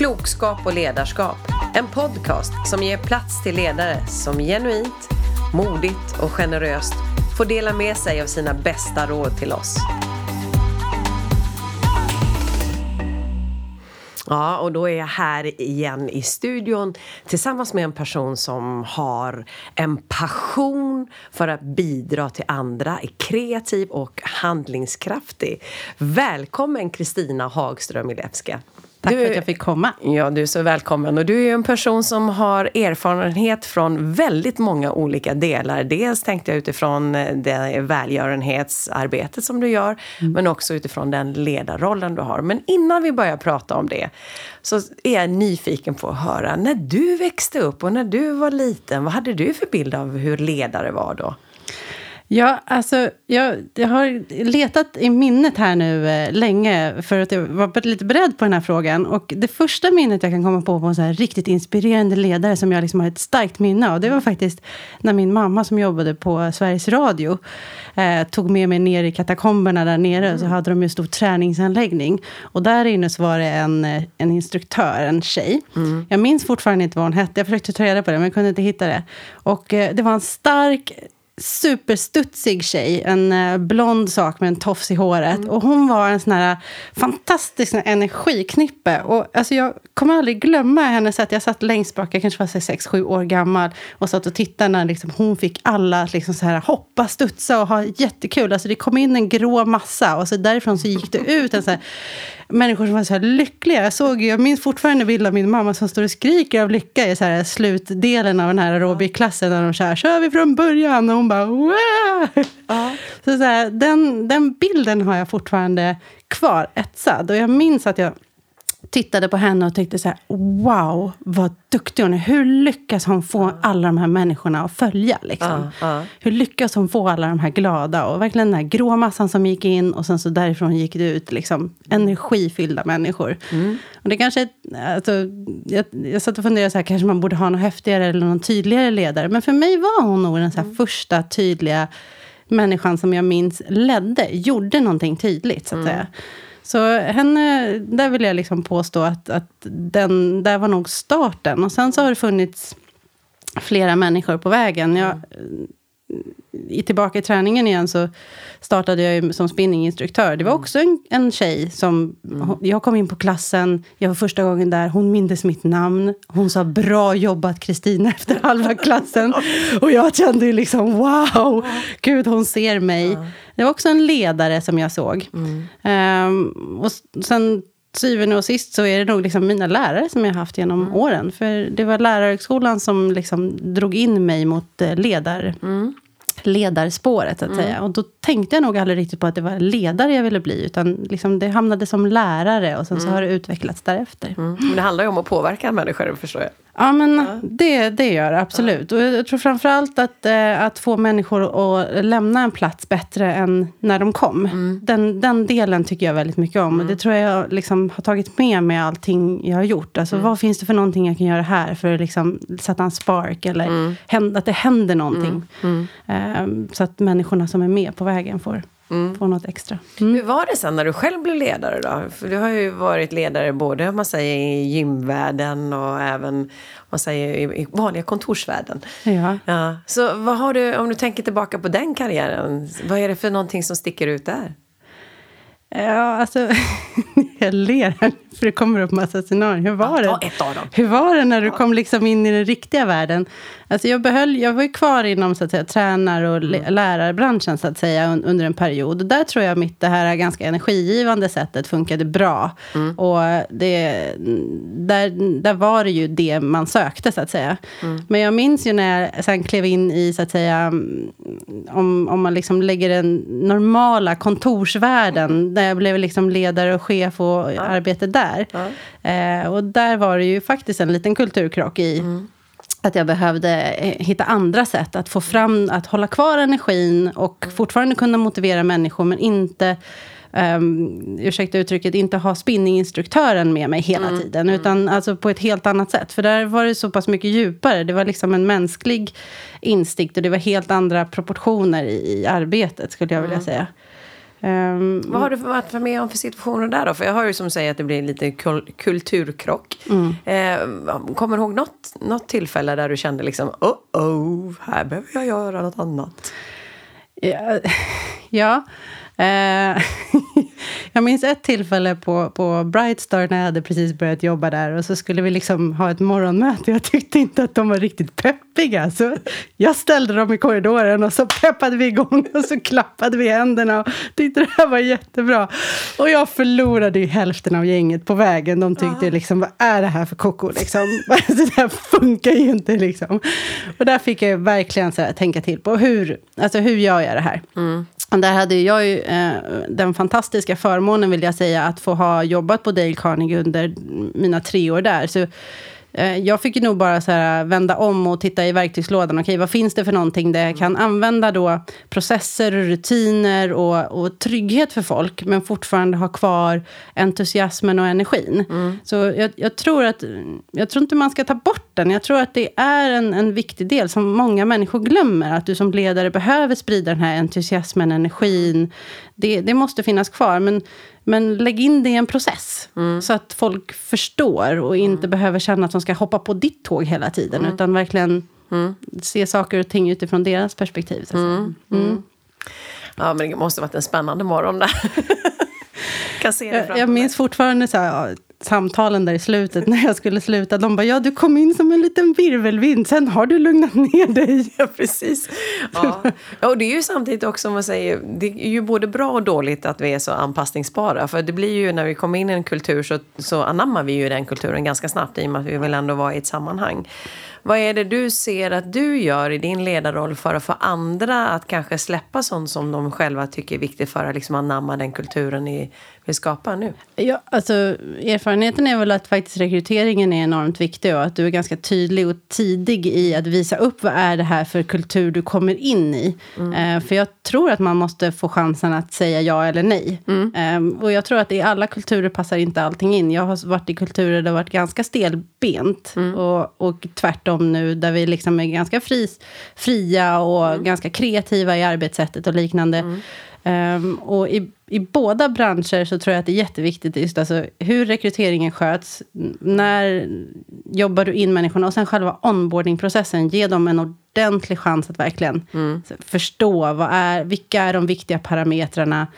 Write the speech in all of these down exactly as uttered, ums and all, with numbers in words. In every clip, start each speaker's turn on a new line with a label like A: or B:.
A: Klokskap och ledarskap. En podcast som ger plats till ledare som genuint, modigt och generöst får dela med sig av sina bästa råd till oss. Ja, och då är jag här igen i studion tillsammans med en person som har en passion för att bidra till andra, är kreativ och handlingskraftig. Välkommen Kristina Hagström Milewska.
B: Tack
A: du,
B: för att jag fick komma.
A: Ja, du är så välkommen. Och du är ju en person som har erfarenhet från väldigt många olika delar. Dels tänkte jag utifrån det välgörenhetsarbetet som du gör, mm. men också utifrån den ledarrollen du har. Men innan vi börjar prata om det så är jag nyfiken på att höra, när du växte upp och när du var liten, vad hade du för bild av hur ledare var då?
B: Ja, alltså jag, jag har letat i minnet här nu eh, länge för att jag var lite beredd på den här frågan. Och det första minnet jag kan komma på på en så här riktigt inspirerande ledare som jag liksom har ett starkt minne av, det var faktiskt när min mamma som jobbade på Sveriges Radio eh, tog med mig ner i katakomberna där nere. Mm. Så hade de ju en stor träningsanläggning. Och där inne så var det en, en instruktör, en tjej. Mm. Jag minns fortfarande inte vad hon hette. Jag försökte ta reda på det men jag kunde inte hitta det. Och eh, det var en stark, superstutsig tjej, en uh, blond sak med en tofs i håret, mm. och hon var en sån här fantastisk sån här energiknippe, och alltså jag kommer aldrig glömma henne, så att jag satt längst bak, jag kanske var sex sju år gammal och satt och tittade när liksom hon fick alla att liksom så här hoppa, studsa och ha jättekul. Alltså det kom in en grå massa och så därifrån så gick det ut en så här människor som var så här lyckliga. Jag såg, jag minns fortfarande en bild av min mamma som står och skriker av lycka i så här slutdelen av den här aerobic-klassen när de kör, kör vi från början, och hon bara wow! Ja. Så, så här, den, den bilden har jag fortfarande kvar etsad, och jag minns att jag tittade på henne och tyckte så här, wow, vad duktig hon är. Hur lyckas hon få alla de här människorna att följa liksom? Uh, uh. Hur lyckas hon få alla de här glada, och verkligen den här gråmassan som gick in och sen så därifrån gick det ut liksom energifyllda människor. Mm. Och det kanske, alltså, jag, jag satt och funderade så här, kanske man borde ha någon häftigare eller någon tydligare ledare. Men för mig var hon nog den så här mm. första tydliga människan som jag minns ledde, gjorde någonting tydligt så att mm. säga. Så henne, där vill jag liksom påstå att, att den, där var nog starten. Och sen så har det funnits flera människor på vägen. Jag, i tillbaka i träningen igen så startade jag ju som spinninginstruktör. Det var också en, en tjej som, mm. jag kom in på klassen, jag var första gången där, hon mindes mitt namn. Hon sa bra jobbat Kristina efter halva klassen. Och jag kände ju liksom wow, gud hon ser mig. Ja. Det var också en ledare som jag såg. Mm. Um, och sen syvende och sist så är det nog liksom mina lärare som jag har haft genom mm. åren. För det var lärarhögskolan som liksom drog in mig mot ledar, mm. ledarspåret att mm. säga. Och då tänkte jag nog aldrig riktigt på att det var ledare jag ville bli. Utan liksom det hamnade som lärare och sen mm. så har det utvecklats därefter.
A: Mm. Men det handlar ju om att påverka människor, förstår jag.
B: Ja, men ja. Det, det gör det, absolut. Ja. Och jag tror framförallt att, eh, att få människor att lämna en plats bättre än när de kom. Mm. Den, den delen tycker jag väldigt mycket om. Mm. Och det tror jag liksom har tagit med mig allting jag har gjort. Alltså mm. vad finns det för någonting jag kan göra här för att liksom sätta en spark eller mm. hända, att det händer någonting. Mm. Mm. Eh, så att människorna som är med på vägen får... Mm. Få något extra.
A: Mm. Hur var det sen när du själv blev ledare då? För du har ju varit ledare både om man säger i gymvärlden och även om man säger i vanliga kontorsvärlden.
B: Ja.
A: Ja. Så vad har du, om du tänker tillbaka på den karriären, vad är det för någonting som sticker ut där?
B: Ja, alltså jag ler här för det kommer upp massa scenarier. Hur var
A: ja,
B: det?
A: Ett av dem.
B: Hur var det när du kom liksom in i den riktiga världen? Alltså jag behöll, jag var ju kvar inom så att säga tränar- och mm. lärarbranschen så att säga under en period. Och där tror jag mitt det här ganska energigivande sättet funkade bra. Mm. Och det, där, där var det ju det man sökte så att säga. Mm. Men jag minns ju när jag sen klev in i så att säga om, om man liksom lägger den normala kontorsvärlden mm. där jag blev liksom ledare och chef och ja. arbete där. Ja. Eh, och där var det ju faktiskt en liten kulturkrock i mm. att jag behövde hitta andra sätt att få fram, att hålla kvar energin och mm. fortfarande kunna motivera människor men inte, um, ursäkta uttrycket, inte ha spinninginstruktören med mig hela mm. tiden utan alltså på ett helt annat sätt. För där var det så pass mycket djupare. Det var liksom en mänsklig instinkt och det var helt andra proportioner i, i arbetet skulle jag vilja mm. säga. Um,
A: Vad har du varit med om för situationer där då? För jag har ju som säger att det blir lite kul- kulturkrock. Mm. Eh, kommer du ihåg något, något tillfälle där du kände liksom, oh, oh, här behöver jag göra något annat?
B: Ja, ja. Eh, jag minns ett tillfälle på, på Brightstar när jag hade precis börjat jobba där. Och så skulle vi liksom ha ett morgonmöte. Jag tyckte inte att de var riktigt peppiga. Så jag ställde dem i korridoren och så peppade vi igång. Och så klappade vi händerna och tyckte det här var jättebra. Och jag förlorade ju hälften av gänget på vägen. De tyckte liksom, vad är det här för koko liksom? Det där funkar ju inte liksom. Och där fick jag verkligen så här, tänka till på hur, alltså hur gör jag det här? Mm. Och där hade jag ju eh, den fantastiska förmånen, vill jag säga, att få ha jobbat på Dale Carnegie under mina tre år där. Så eh, jag fick ju nog bara så här vända om och titta i verktygslådan. Okej, vad finns det för någonting där jag kan använda då processer och rutiner och, och trygghet för folk, men fortfarande ha kvar entusiasmen och energin. Mm. Så jag, jag tror att jag tror inte man ska ta bort den. Jag tror att det är en, en viktig del som många människor glömmer. Att du som ledare behöver sprida den här entusiasmen, energin. Det, det måste finnas kvar. Men, men lägg in det i en process. Mm. Så att folk förstår och inte mm. behöver känna att de ska hoppa på ditt tåg hela tiden. Mm. Utan verkligen mm. se saker och ting utifrån deras perspektiv. Så
A: mm. Mm. Ja, men det måste ha varit en spännande morgon där. Kan se det
B: jag, jag minns fortfarande så här, ja, samtalen där i slutet när jag skulle sluta. De bara, ja, du kom in som en liten virvelvind. Sen har du lugnat ner dig.
A: Ja, precis. Ja. Ja, och det är ju samtidigt också, om man säger, det är ju både bra och dåligt att vi är så anpassningsbara. För det blir ju, när vi kommer in i en kultur så, så anammar vi ju den kulturen ganska snabbt, i och med att vi vill ändå vara i ett sammanhang. Vad är det du ser att du gör i din ledarroll för att få andra att kanske släppa sånt som de själva tycker är viktigt för att liksom anamma den kulturen ni vill skapa nu?
B: Ja, alltså erfarenheten är väl att faktiskt rekryteringen är enormt viktig och att du är ganska tydlig och tidig i att visa upp vad är det här för kultur du kommer in i. Mm. Eh, för jag tror att man måste få chansen att säga ja eller nej. Mm. Eh, och jag tror att i alla kulturer passar inte allting in. Jag har varit i kulturer där det har varit ganska stelbent mm. och, och tvärtom nu, där vi liksom är ganska fri, fria och mm. ganska kreativa i arbetssättet och liknande. Mm. Um, och i, i båda branscher så tror jag att det är jätteviktigt just alltså hur rekryteringen sköts, när jobbar du in människorna, och sen själva onboardingprocessen, ge dem en ordentlig chans att verkligen mm. förstå vad är, vilka är de viktiga parametrarna.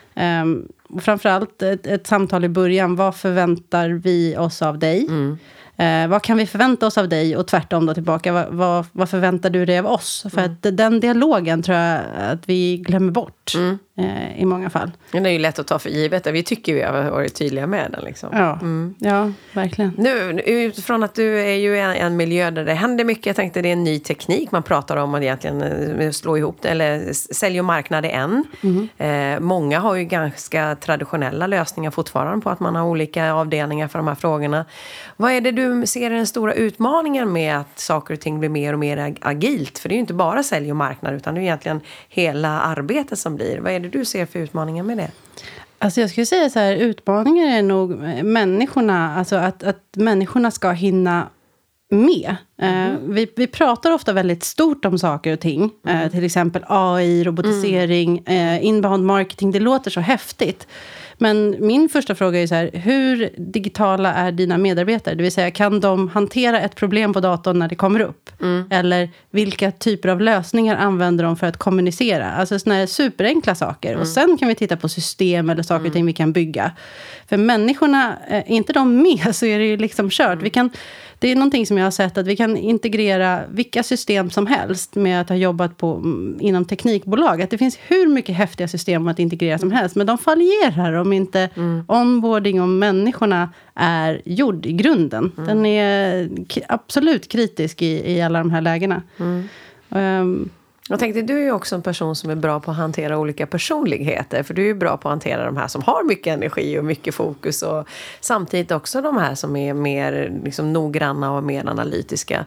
B: Um, och framförallt ett, ett samtal i början, vad förväntar vi oss av dig? Mm. Eh, vad kan vi förvänta oss av dig? Och tvärtom då tillbaka, vad, vad, vad förväntar du dig av oss? För mm. att den dialogen tror jag att vi glömmer bort mm. eh, i många fall.
A: Det är ju lätt att ta för givet. Vi tycker vi har varit tydliga med den. Liksom.
B: Ja, mm. ja, verkligen.
A: Nu, utifrån att du är ju en, en miljö där det händer mycket. Jag tänkte det är en ny teknik. Man pratar om att egentligen slå ihop det, eller sälj och marknad är en. Mm. Eh, många har ju ganska traditionella lösningar fortfarande på att man har olika avdelningar för de här frågorna. Vad är det du ser den stora utmaningen med att saker och ting blir mer och mer agilt? För det är ju inte bara sälj och marknad, utan det är egentligen hela arbetet som blir. Vad är det du ser för utmaningar med det?
B: Alltså jag skulle säga så här, utmaningar är nog människorna, alltså att, att människorna ska hinna med. Mm. Uh, vi, vi pratar ofta väldigt stort om saker och ting. Mm. Uh, till exempel A I, robotisering, mm. uh, inbound marketing. Det låter så häftigt. Men min första fråga är så här, hur digitala är dina medarbetare? Det vill säga, kan de hantera ett problem på datorn när det kommer upp? Mm. Eller vilka typer av lösningar använder de för att kommunicera? Alltså såna här superenkla saker. Mm. Och sen kan vi titta på system eller saker och ting vi kan bygga. För människorna, är inte de med så är det ju liksom kört. Mm. Vi kan, det är någonting som jag har sett att vi kan integrera vilka system som helst med att ha jobbat på, inom teknikbolag. Att det finns hur mycket häftiga system att integrera som helst. Men de fallerar om inte mm. onboarding om människorna är gjord i grunden. Mm. Den är k- absolut kritisk i, i alla de här lägena. Mm. Um,
A: Jag tänkte, du är ju också en person som är bra på att hantera olika personligheter. För du är ju bra på att hantera de här som har mycket energi och mycket fokus. Och samtidigt också de här som är mer liksom, noggranna och mer analytiska.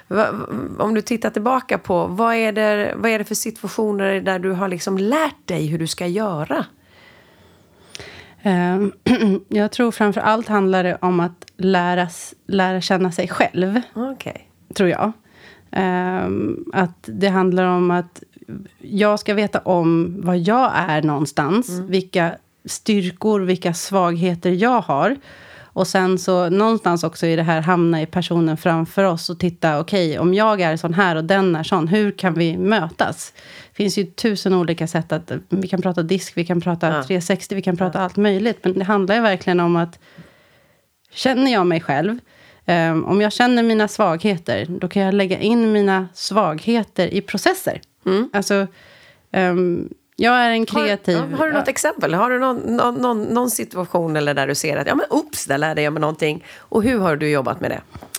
A: Om du tittar tillbaka på, vad är det, vad är det för situationer där du har liksom lärt dig hur du ska göra?
B: Um, jag tror framför allt handlar det om att lära, lära känna sig själv.
A: Okej.
B: Tror jag. Um, att det handlar om att jag ska veta om vad jag är någonstans. Mm. Vilka styrkor, vilka svagheter jag har. Och sen så någonstans också i det här hamna i personen framför oss och titta, okej, okay, om jag är sån här och den är sån, hur kan vi mötas? Det finns ju tusen olika sätt att, vi kan prata disk, vi kan prata ja. tre sextio, vi kan prata ja. allt möjligt. Men det handlar ju verkligen om att, känner jag mig själv, um, om jag känner mina svagheter, då kan jag lägga in mina svagheter i processer. Mm. Alltså, um, jag är en kreativ...
A: Har, har du något ja. exempel? Har du någon, någon, någon, någon situation eller där du ser att, ja men ups, där lärde jag mig någonting. Och hur har du jobbat med det?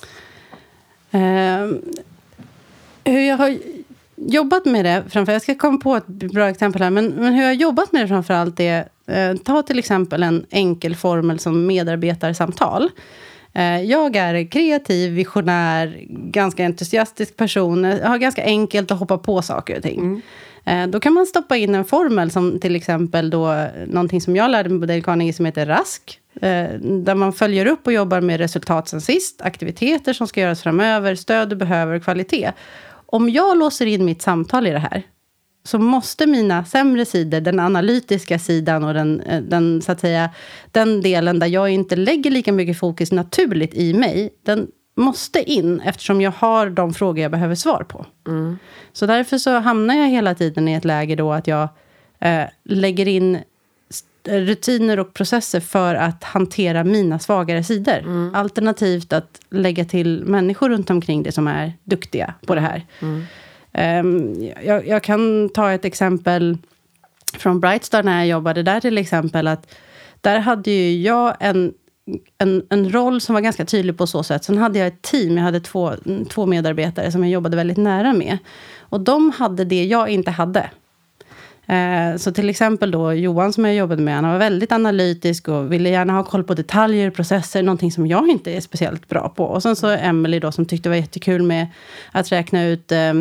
B: Um, hur jag har jobbat med det, framför jag ska komma på ett bra exempel här, men, men hur jag har jobbat med det framförallt är, eh, ta till exempel en enkel formel som medarbetarsamtal. Eh, jag är kreativ, visionär, ganska entusiastisk person, jag har ganska enkelt att hoppa på saker och ting. Mm. Då kan man stoppa in en formel som till exempel då, någonting som jag lärde mig på Dale Carnegie som heter RASK. Där man följer upp och jobbar med resultat sen sist, aktiviteter som ska göras framöver, stöd du behöver, kvalitet. Om jag låser in mitt samtal i det här, så måste mina sämre sidor, den analytiska sidan och den, den, så att säga, den delen där jag inte lägger lika mycket fokus naturligt i mig, den måste in eftersom jag har de frågor jag behöver svar på. Mm. Så därför så hamnar jag hela tiden i ett läge då att jag eh, lägger in rutiner och processer för att hantera mina svagare sidor. Mm. Alternativt att lägga till människor runt omkring det som är duktiga på det här. Mm. Um, jag, jag kan ta ett exempel från Brightstar när jag jobbade där till exempel. Att där hade ju jag en En, en roll som var ganska tydlig på så sätt. Sen hade jag ett team, jag hade två, två medarbetare som jag jobbade väldigt nära med. Och de hade det jag inte hade. Eh, så till exempel då Johan som jag jobbade med, han var väldigt analytisk och ville gärna ha koll på detaljer, processer, någonting som jag inte är speciellt bra på. Och sen så Emily då som tyckte det var jättekul med att räkna ut eh,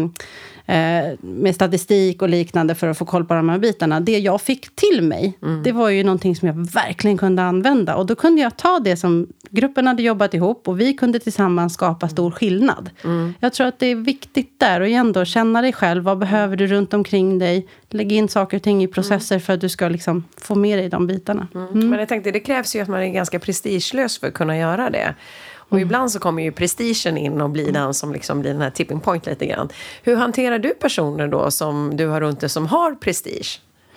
B: med statistik och liknande för att få koll på de här bitarna. Det jag fick till mig, mm. det var ju någonting som jag verkligen kunde använda. Och då kunde jag ta det som gruppen hade jobbat ihop och vi kunde tillsammans skapa stor skillnad. Mm. Jag tror att det är viktigt där och igen då, känna dig själv. Vad behöver du runt omkring dig? Lägg in saker och ting i processer mm. för att du ska liksom få med dig de bitarna.
A: Mm. Mm. Men jag tänkte, det krävs ju att man är ganska prestigelös för att kunna göra det. Och mm. ibland så kommer ju prestigen in och blir den som liksom blir den här tipping point lite grann. Hur hanterar du personer då som du har runt dig som har prestige?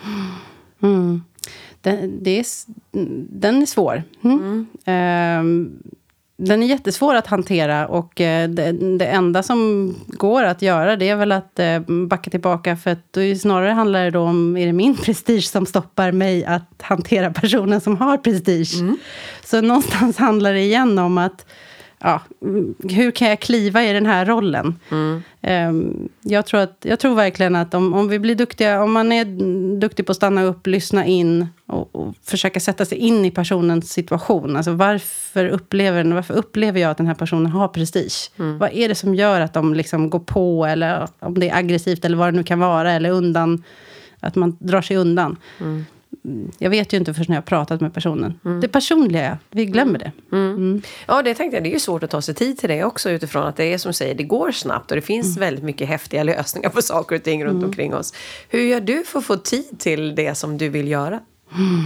B: Mm. Den, det är, den är svår. Mm. Mm. Um, den är jättesvår att hantera och det, det enda som går att göra det är väl att backa tillbaka för att då snarare handlar det då om, är det min prestige som stoppar mig att hantera personen som har prestige? Mm. Så någonstans handlar det igen om att ja, hur kan jag kliva i den här rollen? Mm. Um, jag, tror att, jag tror verkligen att om, om vi blir duktiga, om man är duktig på att stanna upp, lyssna in och, och försöka sätta sig in i personens situation. Alltså varför upplever, varför upplever jag att den här personen har prestige? Mm. Vad är det som gör att de liksom går på eller om det är aggressivt eller vad det nu kan vara eller undan, att man drar sig undan. Mm. Jag vet ju inte förrän jag har pratat med personen. Mm. Det personliga, vi glömmer det.
A: Mm. Mm. Ja, det tänkte jag. Det är ju svårt att ta sig tid till det också utifrån att det är som säger, det går snabbt och det finns mm. väldigt mycket häftiga lösningar på saker och ting runt mm. omkring oss. Hur gör du för att få tid till det som du vill göra?
B: Mm.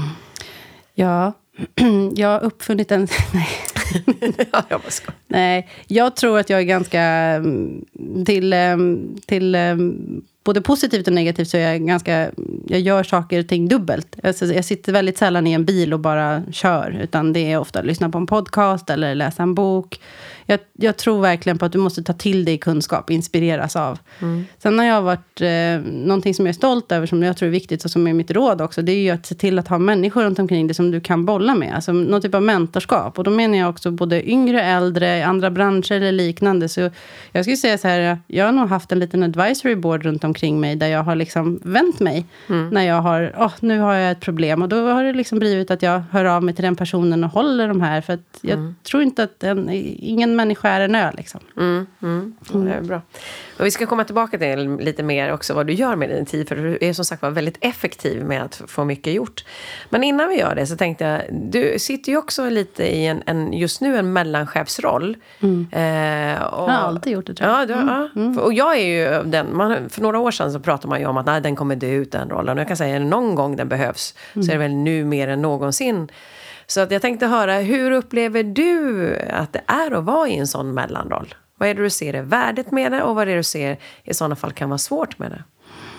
B: Ja, jag har uppfunnit en... Nej.
A: Ja, jag bara ska.
B: Nej, jag tror att jag är ganska till... till både positivt och negativt så är jag ganska, jag gör saker och ting dubbelt. Alltså, jag sitter väldigt sällan i en bil och bara kör, utan det är ofta att lyssna på en podcast eller läsa en bok. Jag, jag tror verkligen på att du måste ta till dig kunskap, inspireras av. Mm. Sen har jag varit, eh, någonting som jag är stolt över, som jag tror är viktigt och som är mitt råd också, det är ju att se till att ha människor runt omkring dig som du kan bolla med. Alltså någon typ av mentorskap. Och då menar jag också både yngre, äldre, andra branscher eller liknande. Så jag skulle säga så här, jag har nog haft en liten advisory board runt omkring mig där jag har liksom vänt mig mm. när jag har, åh, oh, nu har jag ett problem. Och då har det liksom blivit att jag hör av mig till den personen och håller de här. För att jag mm. tror inte att en, ingen människa är en ö liksom.
A: Mm, mm. Mm. Det är bra. Och vi ska komma tillbaka till lite mer också vad du gör med din tid. För du är som sagt var väldigt effektiv med att få mycket gjort. Men innan vi gör det så tänkte jag, du sitter ju också lite i en, en just nu en mellanchefsroll.
B: Mm. Eh, och, jag har alltid gjort det, tror jag.
A: Ja, du,
B: mm.
A: ja. Mm. Och jag är ju den, man, för några år sedan så pratade man ju om att nej, den kommer dö ut, den rollen. Och jag kan säga att någon gång den behövs mm. så är det väl nu mer än någonsin. Så att jag tänkte höra, hur upplever du att det är att vara i en sån mellanroll? Vad är det du ser är värdet med det och vad är det du ser i sådana fall kan vara svårt med det?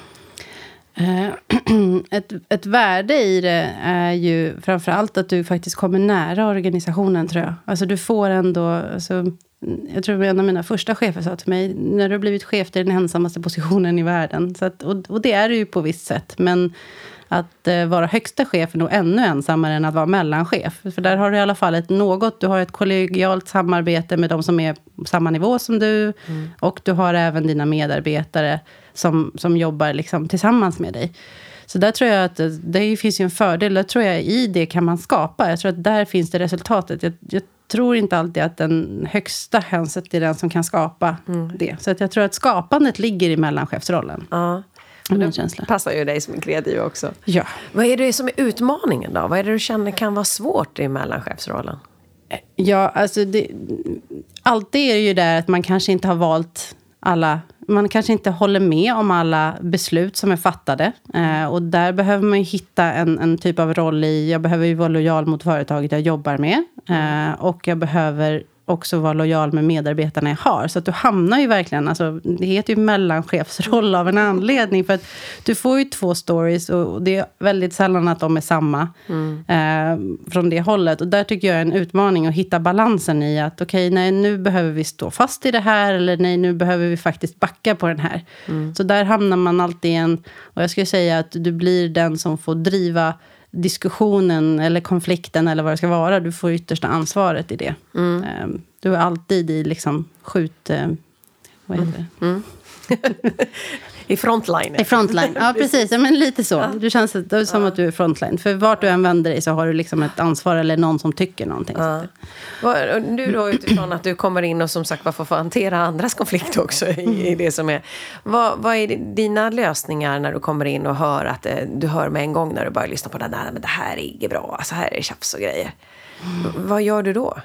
B: Ett, ett värde i det är ju framförallt att du faktiskt kommer nära organisationen, tror jag. Alltså du får ändå, alltså, jag tror en av mina första chefer sa till mig, när du har blivit chef, det är den ensammaste positionen i världen. Så att, och, och det är det ju på visst sätt, men att eh, vara högsta chef är nog ännu ensammare än att vara mellanchef. För där har du i alla fall ett något, du har ett kollegialt samarbete med de som är på samma nivå som du. Mm. Och du har även dina medarbetare som, som jobbar liksom tillsammans med dig. Så där tror jag att det, det finns ju en fördel. Där tror jag i det kan man skapa. Jag tror att där finns det resultatet. Jag, jag tror inte alltid att den högsta hönset är den som kan skapa mm. det. Så att jag tror att skapandet ligger i mellanchefsrollen.
A: Ja. Det passar ju dig som är kreativ också.
B: Ja.
A: Vad är det som är utmaningen då? Vad är det du känner kan vara svårt i mellanchefsrollen?
B: Ja, alltså det, alltid är det ju där att man kanske inte har valt alla, man kanske inte håller med om alla beslut som är fattade. Eh, och där behöver man ju hitta en, en typ av roll i, jag behöver ju vara lojal mot företaget jag jobbar med. Eh, och jag behöver också vara lojal med medarbetarna jag har. Så att du hamnar ju verkligen, alltså, det heter ju mellanchefsroll av en anledning. För att du får ju två stories och det är väldigt sällan att de är samma mm. eh, från det hållet. Och där tycker jag är en utmaning att hitta balansen i att okej, okay, nej, nu behöver vi stå fast i det här. Eller nej, nu behöver vi faktiskt backa på den här. Mm. Så där hamnar man alltid i en, och jag skulle säga att du blir den som får driva diskussionen eller konflikten eller vad det ska vara. Du får yttersta ansvaret i det. Mm. Du är alltid i liksom skjut... Vad heter det? Mm.
A: I frontline.
B: I frontline, ja precis. Men lite så. Du känns det är som ja. Att du är frontline. För vart du än vänder dig så har du liksom ett ansvar eller någon som tycker någonting. Ja.
A: Du då utifrån att du kommer in och som sagt varför får hantera andras konflikt också i, i det som är. Vad, vad är dina lösningar när du kommer in och hör att eh, du hör med en gång när du börjar lyssna på det där, men det här är inte bra, alltså här är tjafs och grejer. Mm. Vad gör du då?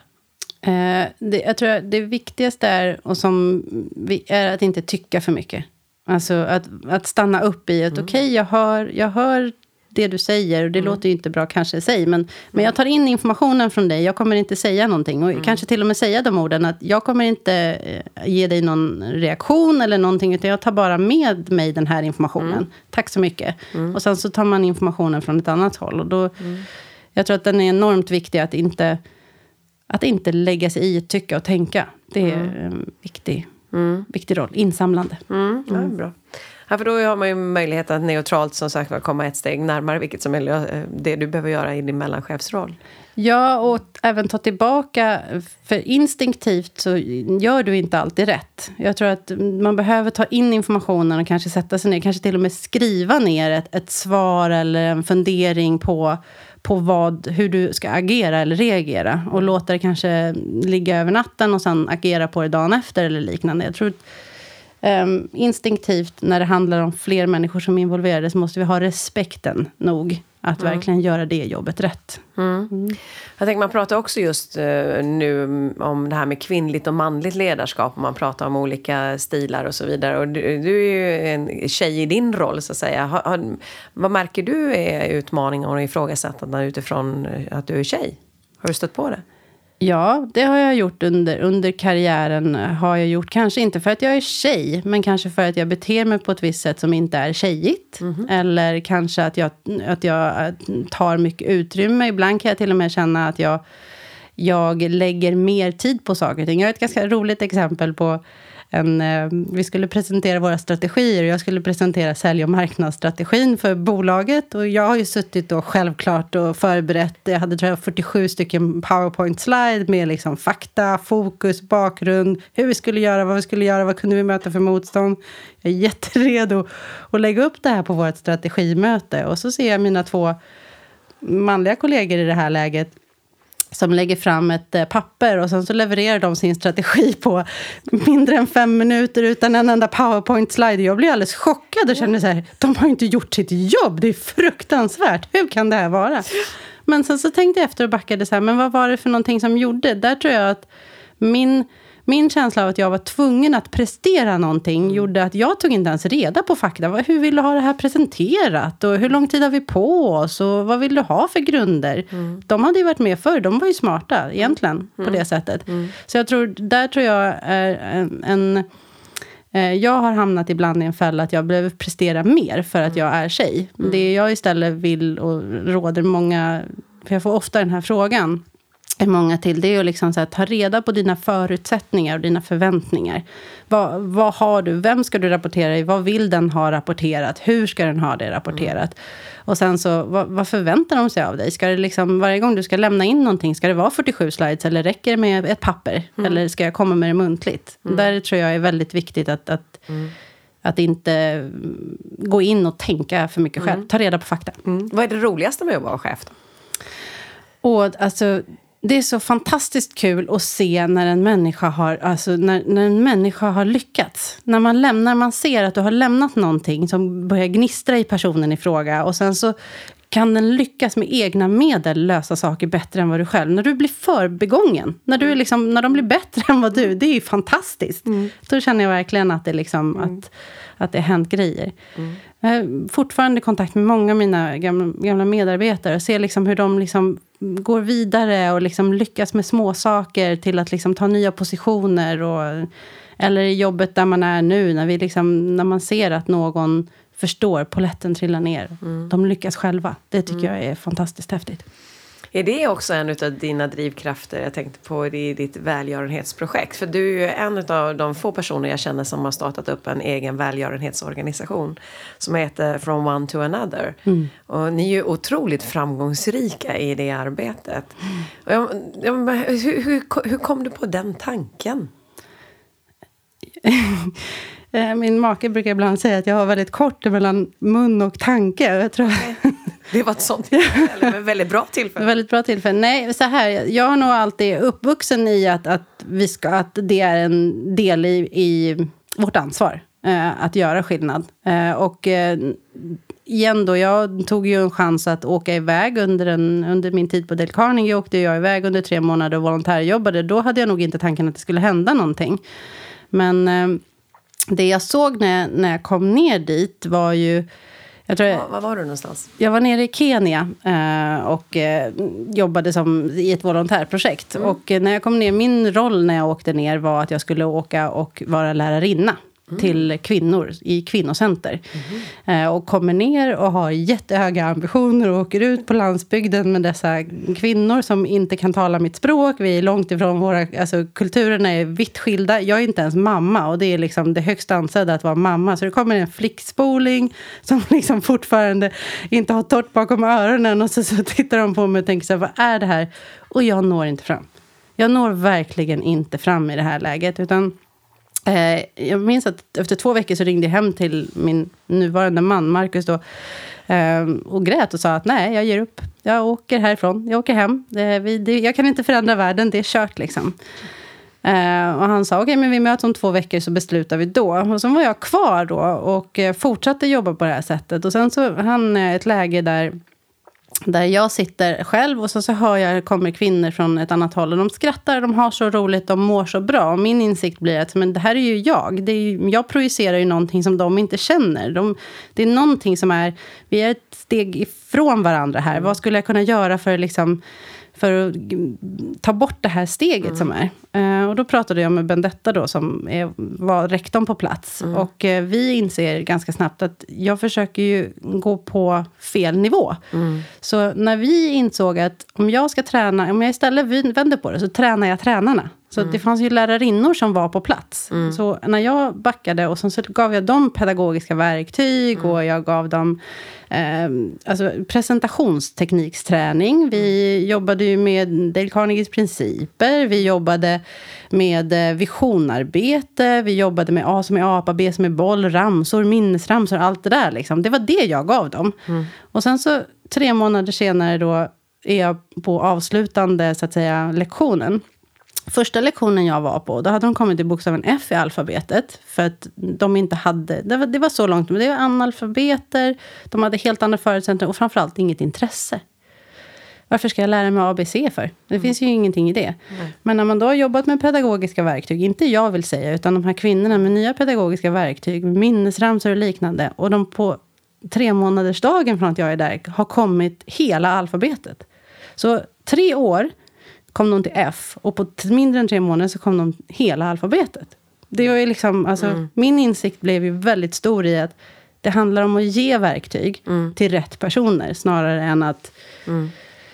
B: Eh, det, jag tror att det viktigaste är, och som vi, är att inte tycka för mycket. Alltså att, att stanna upp i att mm. okej, okay, jag, hör, jag hör det du säger och det mm. låter ju inte bra kanske säg, men, mm. men jag tar in informationen från dig, jag kommer inte säga någonting och mm. kanske till och med säga de orden att jag kommer inte eh, ge dig någon reaktion eller någonting, utan jag tar bara med mig den här informationen. Mm. Tack så mycket. Mm. Och sen så tar man informationen från ett annat håll och då, mm. jag tror att den är enormt viktig att inte att inte lägga sig i att tycka och tänka. Det är mm. en viktig Mm. viktig roll, insamlande.
A: Mm. Ja, bra. Ja, för då har man ju möjlighet att neutralt som sagt komma ett steg närmare, vilket som är det du behöver göra i din mellanchefsroll.
B: Ja, och även ta tillbaka, för instinktivt så gör du inte alltid rätt. Jag tror att man behöver ta in informationen och kanske sätta sig ner, kanske till och med skriva ner ett, ett svar eller en fundering på på vad, hur du ska agera eller reagera. Och låta det kanske ligga över natten och sen agera på det dagen efter eller liknande. Jag tror att um, instinktivt när det handlar om fler människor som är involverade så måste vi ha respekten nog att mm. verkligen göra det jobbet rätt. Mm.
A: Mm. Jag tänker man pratar också just uh, nu om det här med kvinnligt och manligt ledarskap. Man pratar om olika stilar och så vidare. Och du, du är ju en tjej i din roll så att säga. Har, har, vad märker du är utmaningar och ifrågasättande utifrån att du är tjej? Har du stött på det?
B: Ja, det har jag gjort under, under karriären. Har jag gjort kanske inte för att jag är tjej, men kanske för att jag beter mig på ett visst sätt som inte är tjejigt. Mm-hmm. Eller kanske att jag, att jag tar mycket utrymme. Ibland kan jag till och med känna att jag, jag lägger mer tid på saker och ting. Jag har ett ganska roligt exempel på en, vi skulle presentera våra strategier och jag skulle presentera sälj- och marknadsstrategin för bolaget och jag har ju suttit då självklart och förberett, jag hade tror jag fyrtiosju stycken PowerPoint-slide med liksom fakta, fokus, bakgrund, hur vi skulle göra, vad vi skulle göra, vad kunde vi möta för motstånd. Jag är jätteredo att lägga upp det här på vårt strategimöte och så ser jag mina två manliga kollegor i det här läget som lägger fram ett eh, papper och sen så levererar de sin strategi på mindre än fem minuter utan en enda PowerPoint-slide. Jag blir alldeles chockad och känner så här, de har inte gjort sitt jobb, det är fruktansvärt. Hur kan det här vara? Men sen så tänkte jag efter och backade så här, men vad var det för någonting som gjorde? Där tror jag att min, min känsla av att jag var tvungen att prestera någonting mm. gjorde att jag tog inte ens reda på fakta. Hur vill du ha det här presenterat? Och hur lång tid har vi på oss? Och vad vill du ha för grunder? Mm. De hade ju varit med förr. De var ju smarta egentligen mm. på det sättet. Mm. Så jag tror, där tror jag är en... en jag har hamnat ibland i en fälla att jag behöver prestera mer för att jag är tjej. Mm. Det jag istället vill och råder många, för jag får ofta den här frågan, är många till, det är att liksom så här, ta reda på dina förutsättningar och dina förväntningar. Vad, vad har du? Vem ska du rapportera i? Vad vill den ha rapporterat? Hur ska den ha det rapporterat? Mm. Och sen så, vad, vad förväntar de sig av dig? Ska det liksom, varje gång du ska lämna in någonting, ska det vara fyrtiosju slides eller räcker det med ett papper? Mm. Eller ska jag komma med det muntligt? Mm. Där tror jag är väldigt viktigt att, att, mm. att inte gå in och tänka för mycket själv. Mm. Ta reda på fakta.
A: Mm. Vad är det roligaste med att vara chef då?
B: Och alltså... Det är så fantastiskt kul att se när en människa har, alltså när, när en människa har lyckats. När man lämnar, man ser att du har lämnat någonting som börjar gnistra i personen i fråga. Och sen så kan den lyckas med egna medel lösa saker bättre än vad du själv. När du blir förbegången, när, du är liksom, när de blir bättre än vad du, det är ju fantastiskt. Mm. Då känner jag verkligen att det, liksom, mm. att, att det har hänt grejer. Mm. Jag har fortfarande kontakt med många av mina gamla, gamla medarbetare och ser liksom hur de liksom går vidare och liksom lyckas med små saker till att liksom ta nya positioner. Och, eller i jobbet där man är nu, när, vi liksom, när man ser att någon förstår, polletten trillar ner. Mm. De lyckas själva. Det tycker mm. jag är fantastiskt häftigt.
A: Är det också en av dina drivkrafter? Jag tänkte på det i ditt välgörenhetsprojekt. För du är ju en av de få personer jag känner som har startat upp en egen välgörenhetsorganisation som heter From One to Another. Mm. Och ni är ju otroligt framgångsrika i det arbetet. Mm. Och jag, jag, hur, hur, hur kom du på den tanken?
B: Min make brukar ibland säga att jag har väldigt kort mellan mun och tanke. Jag tror...
A: Det var ett sånt tillfälle, väldigt bra tillfälle.
B: Väldigt bra tillfälle. Nej, så här, jag har nog alltid uppvuxen i att, att, vi ska, att det är en del i, i vårt ansvar eh, att göra skillnad. Eh, och eh, igen då, jag tog ju en chans att åka iväg under, en, under min tid på Dale Carnegie. Åkte jag iväg under tre månader och volontärjobbade. Då hade jag nog inte tanken att det skulle hända någonting. Men eh, det jag såg när, när jag kom ner dit var ju... Jag tror,
A: ja, var var du någonstans?
B: Jag var nere i Kenya eh, och eh, jobbade som, i ett volontärprojekt. Mm. Och eh, när jag kom ner, min roll när jag åkte ner var att jag skulle åka och vara lärarinna. Mm. Till kvinnor i kvinnocenter. Mm. Eh, och kommer ner och har jättehöga ambitioner och åker ut på landsbygden med dessa kvinnor som inte kan tala mitt språk. Vi är långt ifrån våra, alltså kulturerna är vitt skilda. Jag är inte ens mamma och det är liksom det högsta ansedda att vara mamma. Så det kommer en flickspoling som liksom fortfarande inte har torrt bakom öronen och så, så tittar de på mig och tänker så här, vad är det här? Och jag når inte fram. Jag når verkligen inte fram i det här läget, utan jag minns att efter två veckor så ringde jag hem till min nuvarande man, Marcus då, och grät och sa att nej, jag ger upp. Jag åker härifrån, jag åker hem. Jag kan inte förändra världen, det är kört liksom. Och han sa, okej, okay, men vi möts om två veckor så beslutar vi då. Och så var jag kvar då och fortsatte jobba på det här sättet. Och sen så hann ett läge där Där jag sitter själv och så, så hör jag kommer kvinnor från ett annat håll. Och de skrattar, de har så roligt, de mår så bra. Och min insikt blir att men det här är ju jag. Det är ju, jag projicerar ju någonting som de inte känner. De, det är någonting som är, vi är ett steg ifrån varandra här. Vad skulle jag kunna göra för liksom... för att ta bort det här steget mm. som är. Uh, och då pratade jag med Bendetta då, som är, var rektorn på plats. Mm. Och uh, vi inser ganska snabbt att jag försöker ju gå på fel nivå. Mm. Så när vi insåg att om jag ska träna, om jag istället vänder på det, så tränar jag tränarna. Så mm. det fanns ju lärarinnor som var på plats. Mm. Så när jag backade och så, så gav jag dem pedagogiska verktyg mm. och jag gav dem eh, alltså presentationstekniksträning. Vi mm. jobbade ju med Dale Carnegies principer. Vi jobbade med visionarbete. Vi jobbade med A som är apa, B som är boll, ramsor, minnesramsor, allt det där liksom. Det var det jag gav dem. Mm. Och sen så tre månader senare då är jag på avslutande så att säga lektionen. Första lektionen jag var på, då hade de kommit till bokstaven F i alfabetet. För att de inte hade, det var, det var så långt, men det var analfabeter. De hade helt andra förutsättningar och framförallt inget intresse. varför ska jag lära mig A B C för? Det mm. finns ju ingenting i det.
A: Mm.
B: Men när man då har jobbat med pedagogiska verktyg, inte jag vill säga, utan de här kvinnorna med nya pedagogiska verktyg, minnesramsor och liknande, och de på tre månaders dagen från att jag är där har kommit hela alfabetet. Så tre år kom de till F, och på mindre än tre månader så kom de hela alfabetet. Det var ju liksom, alltså, mm. min insikt blev ju väldigt stor i att det handlar om att ge verktyg mm. till rätt personer snarare än att mm.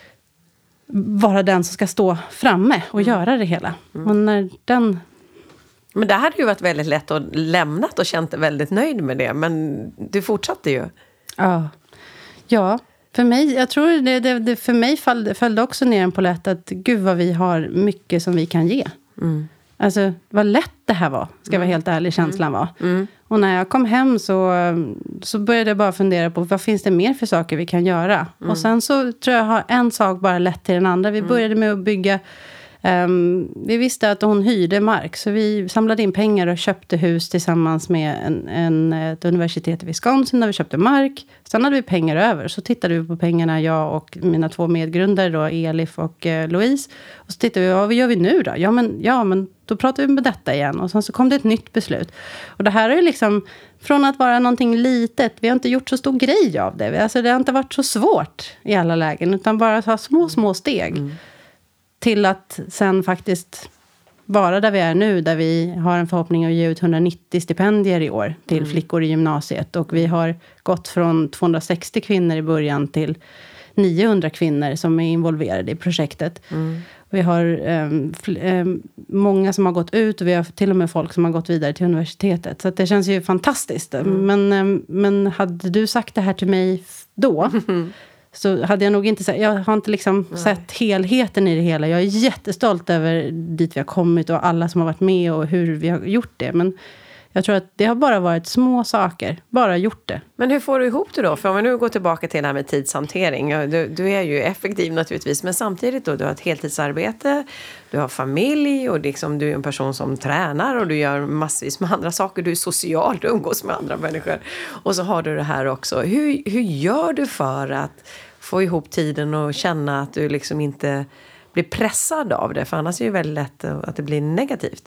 B: vara den som ska stå framme och mm. göra det hela. Mm. Och när den...
A: Men det hade ju varit väldigt lätt att lämna och känt dig väldigt nöjd med det. Men du fortsatte ju.
B: Ja, ja. För mig, jag tror det, det, det för mig följde, följde också ner en polett att gud vad vi har mycket som vi kan ge. Mm. Alltså, vad lätt det här var, ska mm. vara helt ärlig, känslan var. Mm. Och när jag kom hem så, så började jag bara fundera på vad finns det mer för saker vi kan göra. Mm. Och sen så tror jag har en sak bara lett till den andra. Vi började med att bygga... Um, vi visste att hon hyrde mark, så vi samlade in pengar och köpte hus tillsammans med en, en, ett universitet i Wisconsin där vi köpte mark. Sen hade vi pengar över, så tittade vi på pengarna, jag och mina två medgrundare då, Elif och eh, Louise. Och så tittade vi, vad gör vi nu då? Ja men, ja men då pratar vi med detta igen, och sen så kom det ett nytt beslut. Och det här är ju liksom, från att vara någonting litet, vi har inte gjort så stor grej av det. Alltså det har inte varit så svårt i alla lägen, utan bara ta små, små steg. Mm. Till att sen faktiskt vara där vi är nu, där vi har en förhoppning att ge ut hundranittio stipendier i år till mm. flickor i gymnasiet. Och vi har gått från tvåhundrasextio kvinnor i början till niohundra kvinnor som är involverade i projektet. Mm. Vi har um, fl- um, många som har gått ut, och vi har till och med folk som har gått vidare till universitetet. Så att det känns ju fantastiskt. Mm. Men, um, men hade du sagt det här till mig då... Mm. Så hade jag nog inte sett, jag har inte liksom sett helheten i det hela. Jag är jättestolt över dit vi har kommit och alla som har varit med och hur vi har gjort det. Men jag tror att det har bara varit små saker, bara gjort det.
A: Men hur får du ihop det då? För om vi nu går tillbaka till det här med tidshantering. Du, du är ju effektiv naturligtvis, men samtidigt då, du har ett heltidsarbete, du har familj och liksom, du är en person som tränar och du gör massvis med andra saker. Du är social, du umgås med andra människor. Och så har du det här också. Hur, hur gör du för att få ihop tiden och känna att du liksom inte blir pressad av det? För annars är det ju väldigt lätt att det blir negativt.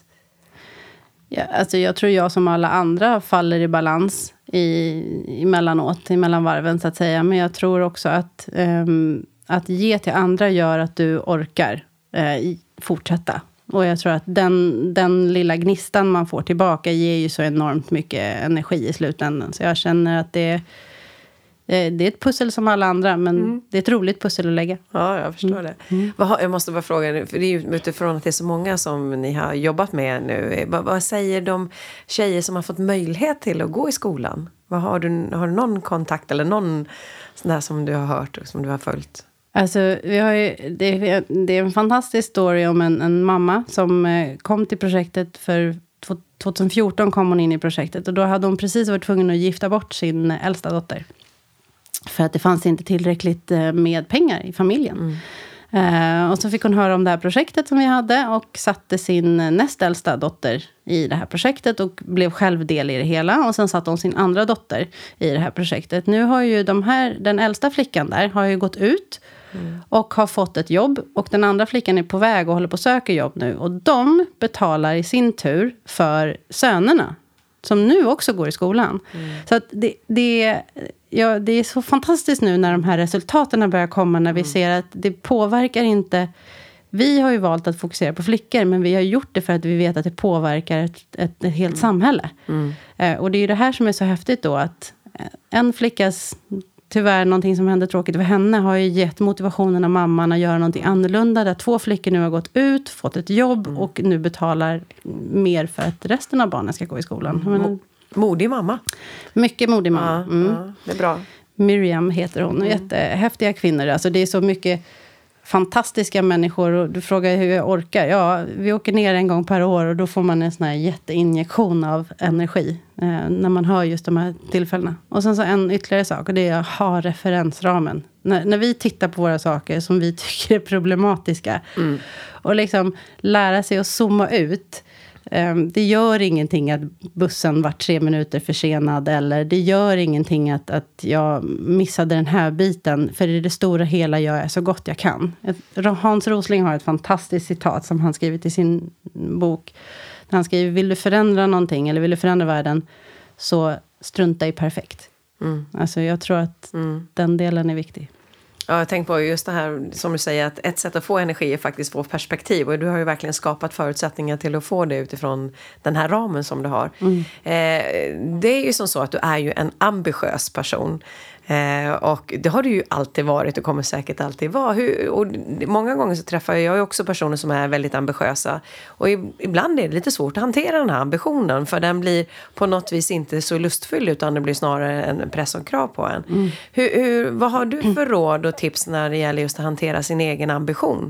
B: Ja, alltså jag tror jag som alla andra faller i balans i, emellanåt, emellan varven så att säga. Men jag tror också att, um, att ge till andra gör att du orkar uh, fortsätta. Och jag tror att den, den lilla gnistan man får tillbaka ger ju så enormt mycket energi i slutändan. Så jag känner att det är Det är ett pussel som alla andra, men mm. det är ett roligt pussel att lägga.
A: Ja, jag förstår mm. det. Mm. Vad, jag måste bara fråga, för det är ju utifrån att det är så många som ni har jobbat med nu. Vad, vad säger de tjejer som har fått möjlighet till att gå i skolan? Vad har, du, har du någon kontakt eller någon sån där som du har hört och som du har följt?
B: Alltså, vi har ju, det, är, det är en fantastisk story om en, en mamma som kom till projektet för tjugohundrafjorton kom hon in i projektet. Och då hade hon precis varit tvungen att gifta bort sin äldsta dotter. För att det fanns inte tillräckligt med pengar i familjen. Mm. Uh, och så fick hon höra om det här projektet som vi hade. Och satte sin näst äldsta dotter i det här projektet. Och blev själv del i det hela. Och sen satte hon sin andra dotter i det här projektet. Nu har ju de här, den äldsta flickan där har ju gått ut. Mm. Och har fått ett jobb. Och den andra flickan är på väg och håller på att söka jobb nu. Och de betalar i sin tur för sönerna. Som nu också går i skolan. Mm. Så att det, det, ja, det är så fantastiskt nu när de här resultaten börjar komma. När vi mm. ser att det påverkar inte... Vi har ju valt att fokusera på flickor. Men vi har gjort det för att vi vet att det påverkar ett, ett, ett helt mm. samhälle. Mm. Eh, och det är ju det här som är så häftigt då. Att en flickas... Tyvärr någonting som hände tråkigt för henne har ju gett motivationen av mamman att göra någonting annorlunda. Där två flickor nu har gått ut, fått ett jobb mm. och nu betalar mer för att resten av barnen ska gå i skolan.
A: Mm. Men, modig mamma.
B: Mycket modig mamma.
A: Ja,
B: mm.
A: ja, det är bra.
B: Miriam heter hon. Mm. Jättehäftiga kvinnor. Alltså det är så mycket fantastiska människor. Och du frågar hur jag orkar. Ja, vi åker ner en gång per år och då får man en sån här jätteinjektion av energi. Eh, när man hör just de här tillfällena. Och sen så en ytterligare sak. Och det är att ha referensramen. När, när vi tittar på våra saker som vi tycker är problematiska. Mm. Och liksom lära sig att zooma ut. Um, det gör ingenting att bussen var tre minuter försenad. Eller det gör ingenting att, att jag missade den här biten. För i det stora hela gör jag så gott jag kan. Ett, Hans Rosling har ett fantastiskt citat som han skrivit i sin bok. När han skriver, vill du förändra någonting eller vill du förändra världen, så strunta i perfekt. Mm. Alltså jag tror att mm. den delen är viktig.
A: Ja, jag tänkte på just det här som du säger, att ett sätt att få energi är faktiskt få perspektiv. Och du har ju verkligen skapat förutsättningar till att få det utifrån den här ramen som du har. Mm. Eh, det är ju som så att du är ju en ambitiös person. Eh, och det har du ju alltid varit och kommer säkert alltid vara. Hur, och många gånger så träffar jag ju också personer som är väldigt ambitiösa. Och ibland är det lite svårt att hantera den här ambitionen. För den blir på något vis inte så lustfylld, utan det blir snarare en press och krav på en. Mm. Hur, hur, vad har du för råd och tips när det gäller just att hantera sin egen ambition?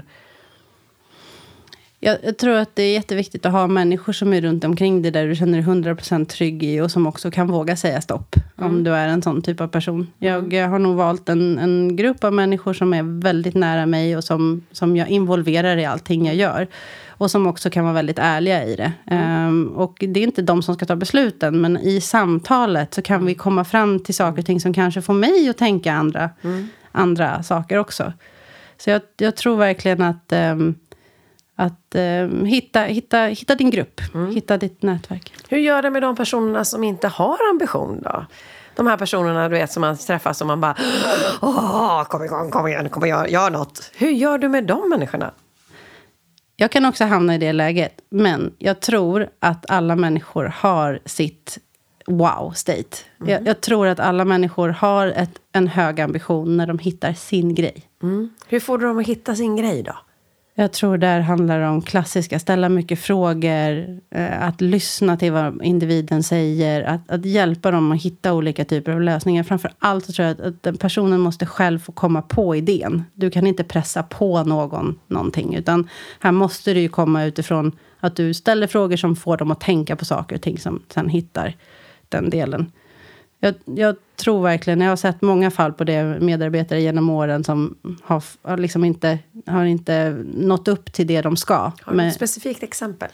B: Jag, jag tror att det är jätteviktigt att ha människor som är runt omkring dig där du känner dig hundra procent trygg i och som också kan våga säga stopp mm. om du är en sån typ av person. Jag, jag har nog valt en, en grupp av människor som är väldigt nära mig och som, som jag involverar i allting jag gör. Och som också kan vara väldigt ärliga i det. Mm. Um, och det är inte de som ska ta besluten, men i samtalet så kan vi komma fram till saker och ting som kanske får mig att tänka andra, mm. andra saker också. Så jag, jag tror verkligen att... Um, Att eh, hitta, hitta, hitta din grupp. Mm. Hitta ditt nätverk.
A: Hur gör det med de personerna som inte har ambition då? De här personerna du vet som man träffas och man bara åh, kom igång, kom igen, kom igen, gör något. Hur gör du med de människorna?
B: Jag kan också hamna i det läget. Men jag tror att alla människor har sitt wow-state. Mm. Jag, jag tror att alla människor har ett, en hög ambition när de hittar sin grej.
A: Mm. Hur får du dem att hitta sin grej då?
B: Jag tror där handlar det om klassiska, ställa mycket frågor, eh, att lyssna till vad individen säger, att, att hjälpa dem att hitta olika typer av lösningar. Framför allt så tror jag att, att den personen måste själv få komma på idén. Du kan inte pressa på någon någonting, utan här måste det ju komma utifrån att du ställer frågor som får dem att tänka på saker och ting som sen hittar den delen. Jag, jag tror verkligen, jag har sett många fall på det medarbetare genom åren som har, har liksom inte, har inte nått upp till det de ska.
A: Har du ett specifikt exempel?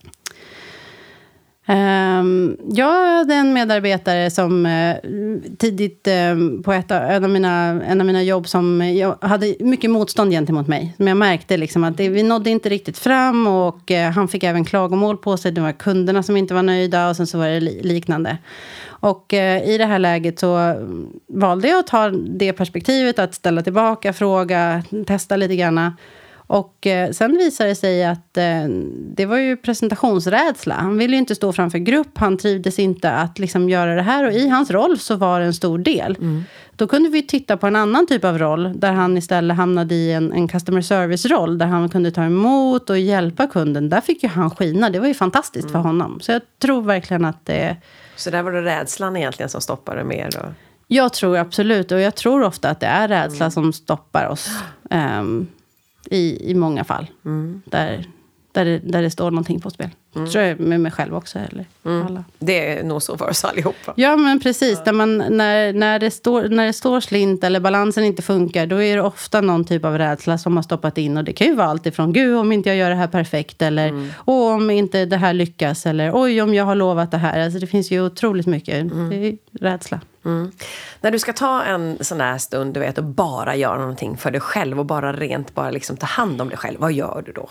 B: Um, jag hade en medarbetare som uh, tidigt uh, på ett av, en, av mina, en av mina jobb som jag hade mycket motstånd gentemot mig. Men jag märkte liksom att det, vi nådde inte riktigt fram och uh, han fick även klagomål på sig. Det var kunderna som inte var nöjda och sen så var det li- liknande. Och eh, i det här läget så valde jag att ta det perspektivet att ställa tillbaka, fråga, testa lite grann. Och eh, sen visade det sig att eh, det var ju presentationsrädsla. Han ville ju inte stå framför grupp, han trivdes inte att liksom göra det här. Och i hans roll så var det en stor del. Mm. Då kunde vi titta på en annan typ av roll där han istället hamnade i en, en customer service-roll. Där han kunde ta emot och hjälpa kunden. Där fick ju han skina, det var ju fantastiskt mm. för honom. Så jag tror verkligen att det...
A: Så där var det rädslan egentligen som stoppade mer då?
B: Jag tror absolut, och jag tror ofta att det är rädsla mm. som stoppar oss um, i, i många fall. Mm. Där, där, det, där det står någonting på spel. Mm. Tror jag med mig själv också. Eller
A: mm.
B: alla.
A: Det är nog så för oss allihopa.
B: Ja, men precis. Ja. Där man, när, när, det står, när det står slint eller balansen inte funkar, då är det ofta någon typ av rädsla som har stoppat in. Och det kan ju vara allt ifrån, gud om inte jag gör det här perfekt. Eller, mm. om inte det här lyckas. Eller, oj om jag har lovat det här. Alltså, det finns ju otroligt mycket mm. det är rädsla.
A: Mm. När du ska ta en sån här stund, du vet, och bara göra någonting för dig själv. Och bara rent, bara liksom ta hand om dig själv. Vad gör du då?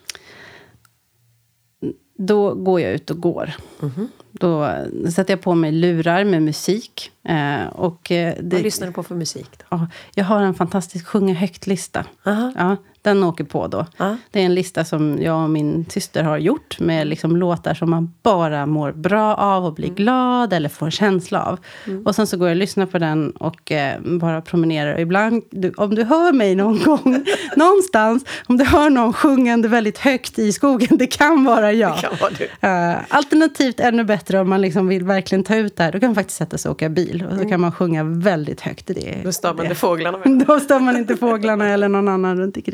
B: Då går jag ut och går. Mm-hmm. Då sätter jag på mig lurar med musik. Eh, och, eh, det,
A: vad lyssnar du på för musik då?
B: Ja, jag har en fantastisk sjunga högt-lista. Uh-huh. Ja, den åker på då. Uh-huh. Det är en lista som jag och min syster har gjort. Med liksom låtar som man bara mår bra av och blir mm. glad eller får känsla av. Mm. Och sen så går jag och lyssnar på den och eh, bara promenerar. Och ibland, du, om du hör mig någon gång någonstans, om du hör någon sjungande väldigt högt i skogen, det kan vara jag.
A: Det kan vara du.
B: Uh, alternativt ännu bättre om man liksom vill verkligen ta ut det här. Då kan man faktiskt sätta sig och åka bil. Och så kan man sjunga väldigt högt. Det,
A: då stör man inte fåglarna.
B: Då stör man inte fåglarna eller någon annan runt omkring.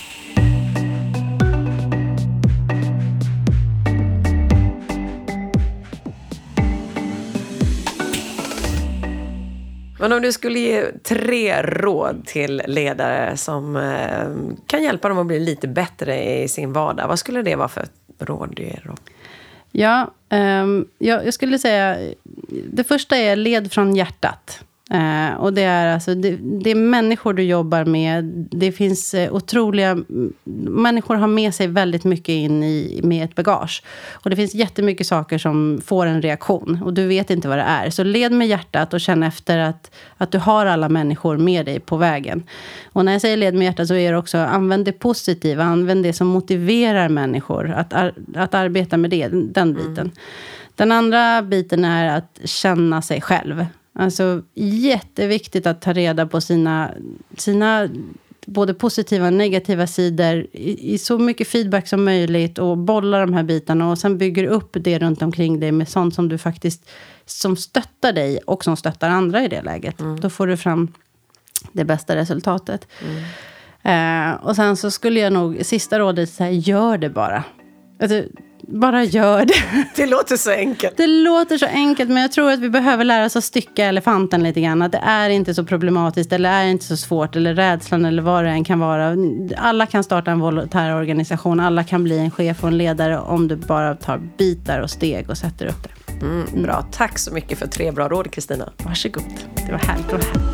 A: Men om du skulle ge tre råd till ledare som eh, kan hjälpa dem att bli lite bättre i sin vardag. Vad skulle det vara för råd du ger då?
B: Ja, um, jag, jag skulle säga, det första är led från hjärtat. Uh, och det är alltså, det, det är människor du jobbar med. Det finns uh, otroliga, människor har med sig väldigt mycket in i, med ett bagage. Och det finns jättemycket saker som får en reaktion. Och du vet inte vad det är. Så led med hjärtat och känn efter att, att du har alla människor med dig på vägen. Och när jag säger led med hjärtat så är det också, använd det positiva. Använd det som motiverar människor att, ar, att arbeta med det, den biten. Mm. Den andra biten är att känna sig själv. Alltså jätteviktigt att ta reda på sina, sina både positiva och negativa sidor i, i så mycket feedback som möjligt och bolla de här bitarna och sen bygger upp det runt omkring dig med sånt som du faktiskt som stöttar dig och som stöttar andra i det läget. Mm. Då får du fram det bästa resultatet. Mm. Eh, och sen så skulle jag nog, sista rådet säga, gör det bara. Alltså, bara gör det.
A: Det låter så enkelt.
B: Det låter så enkelt, men jag tror att vi behöver lära oss att stycka elefanten lite grann. Att det är inte så problematiskt, eller är inte så svårt, eller rädslan, eller vad det än kan vara. Alla kan starta en volontär organisation. Alla kan bli en chef och en ledare om du bara tar bitar och steg och sätter upp det.
A: Mm, bra, tack så mycket för tre bra råd, Kristina.
B: Varsågod, det var härligt, det var härligt.